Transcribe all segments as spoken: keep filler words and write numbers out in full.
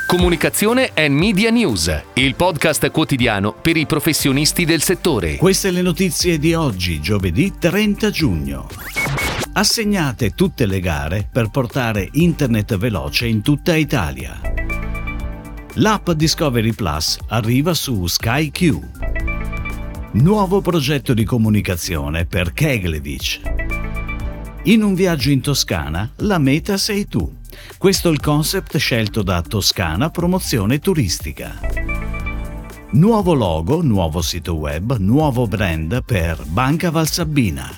Comunicazione and Media News, il podcast quotidiano per i professionisti del settore. Queste le notizie di oggi, giovedì trenta giugno. Assegnate tutte le gare per portare internet veloce in tutta Italia. L'app Discovery Plus arriva su SkyQ. Nuovo progetto di comunicazione per Keglevich. In un viaggio in Toscana, la meta sei tu. Questo è il concept scelto da Toscana Promozione Turistica. Nuovo logo, nuovo sito web, nuovo brand per Banca Valsabbina.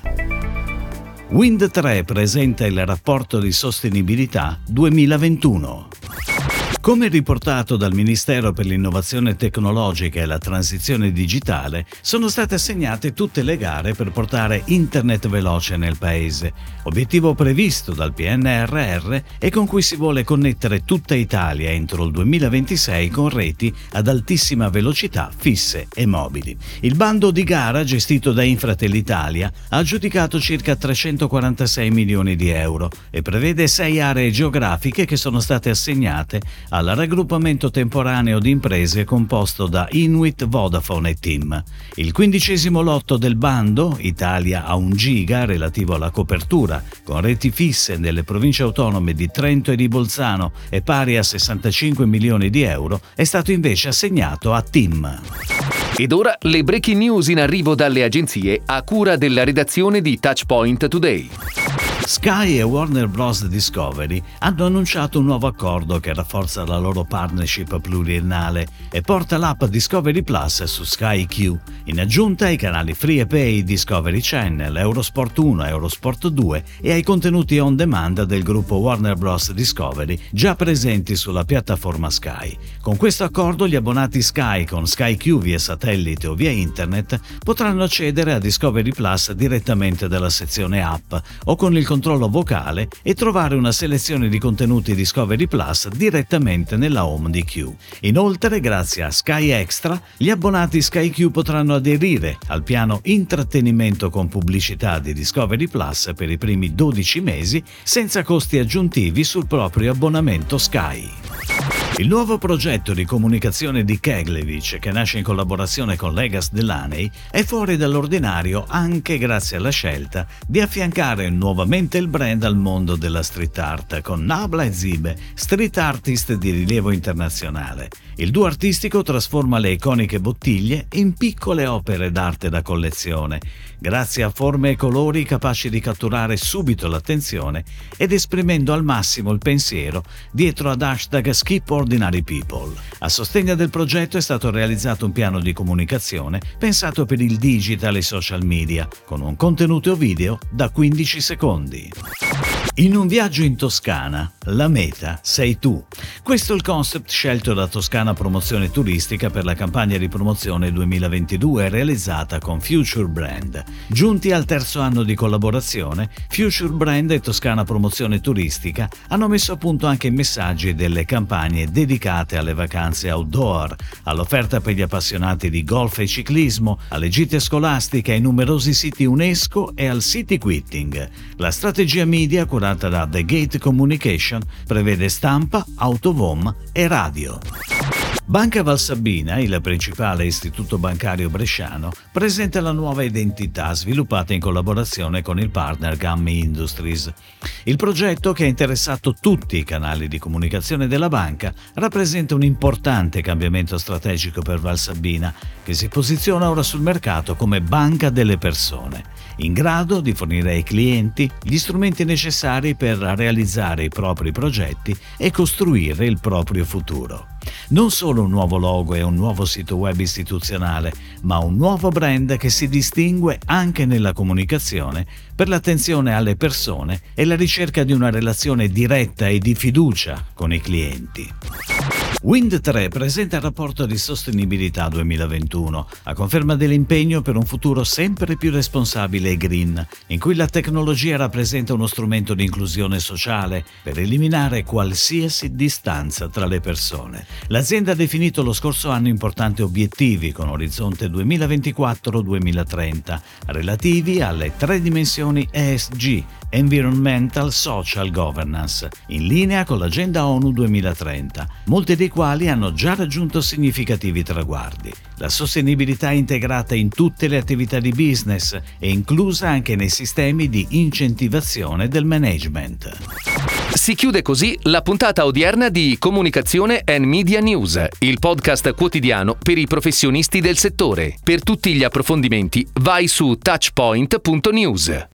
Wind tre presenta il rapporto di sostenibilità duemilaventuno. Come riportato dal Ministero per l'Innovazione Tecnologica e la Transizione Digitale, sono state assegnate tutte le gare per portare internet veloce nel paese, obiettivo previsto dal P N R R e con cui si vuole connettere tutta Italia entro il duemilaventisei con reti ad altissima velocità fisse e mobili. Il bando di gara, gestito da Infratel Italia, ha aggiudicato circa trecentoquarantasei milioni di euro e prevede sei aree geografiche che sono state assegnate al raggruppamento temporaneo di imprese composto da Inuit, Vodafone e TIM. Il quindicesimo lotto del bando, Italia a un giga, relativo alla copertura con reti fisse nelle province autonome di Trento e di Bolzano e pari a sessantacinque milioni di euro, è stato invece assegnato a TIM. Ed ora le breaking news in arrivo dalle agenzie a cura della redazione di Touchpoint Today. Sky e Warner Bros. Discovery hanno annunciato un nuovo accordo che rafforza la loro partnership pluriennale e porta l'app Discovery Plus su SkyQ, in aggiunta ai canali Free e Pay Discovery Channel, Eurosport uno, Eurosport due e ai contenuti on demand del gruppo Warner Bros. Discovery già presenti sulla piattaforma Sky. Con questo accordo gli abbonati Sky con SkyQ via satellite o via internet potranno accedere a Discovery Plus direttamente dalla sezione app o con il controllo vocale e trovare una selezione di contenuti Discovery Plus direttamente nella home di Q. Inoltre, grazie a Sky Extra, gli abbonati SkyQ potranno aderire al piano intrattenimento con pubblicità di Discovery Plus per i primi dodici mesi senza costi aggiuntivi sul proprio abbonamento Sky. Il nuovo progetto di comunicazione di Keglevich, che nasce in collaborazione con Legas Delaney, è fuori dall'ordinario anche grazie alla scelta di affiancare nuovamente il brand al mondo della street art con Nabla e Zibe, street artist di rilievo internazionale. Il duo artistico trasforma le iconiche bottiglie in piccole opere d'arte da collezione, grazie a forme e colori capaci di catturare subito l'attenzione ed esprimendo al massimo il pensiero dietro ad hashtag Skip Ordinary People. A sostegno del progetto è stato realizzato un piano di comunicazione pensato per il digital e social media, con un contenuto video da quindici secondi. In un viaggio in Toscana, la meta sei tu. Questo è il concept scelto da Toscana Promozione Turistica per la campagna di promozione duemilaventidue realizzata con Future Brand. Giunti al terzo anno di collaborazione, Future Brand e Toscana Promozione Turistica hanno messo a punto anche i messaggi delle campagne dedicate alle vacanze outdoor, all'offerta per gli appassionati di golf e ciclismo, alle gite scolastiche, ai numerosi siti UNESCO e al city quitting. La strategia media curata da The Gate Communication prevede stampa, autovom e radio. Banca Valsabbina, il principale istituto bancario bresciano, presenta la nuova identità sviluppata in collaborazione con il partner Gammi Industries. Il progetto, che ha interessato tutti i canali di comunicazione della banca, rappresenta un importante cambiamento strategico per Valsabbina, che si posiziona ora sul mercato come banca delle persone, in grado di fornire ai clienti gli strumenti necessari per realizzare i propri progetti e costruire il proprio futuro. Non solo un nuovo logo e un nuovo sito web istituzionale, ma un nuovo brand che si distingue anche nella comunicazione per l'attenzione alle persone e la ricerca di una relazione diretta e di fiducia con i clienti. Wind tre presenta il rapporto di sostenibilità duemilaventuno, a conferma dell'impegno per un futuro sempre più responsabile e green, in cui la tecnologia rappresenta uno strumento di inclusione sociale per eliminare qualsiasi distanza tra le persone. L'azienda ha definito lo scorso anno importanti obiettivi con orizzonte duemilaventiquattro duemilatrenta, relativi alle tre dimensioni E S G, Environmental Social Governance, in linea con l'agenda ONU duemilatrenta, molti di quali hanno già raggiunto significativi traguardi. La sostenibilità è integrata in tutte le attività di business e inclusa anche nei sistemi di incentivazione del management. Si chiude così la puntata odierna di Comunicazione and Media News, il podcast quotidiano per i professionisti del settore. Per tutti gli approfondimenti vai su touchpoint punto news.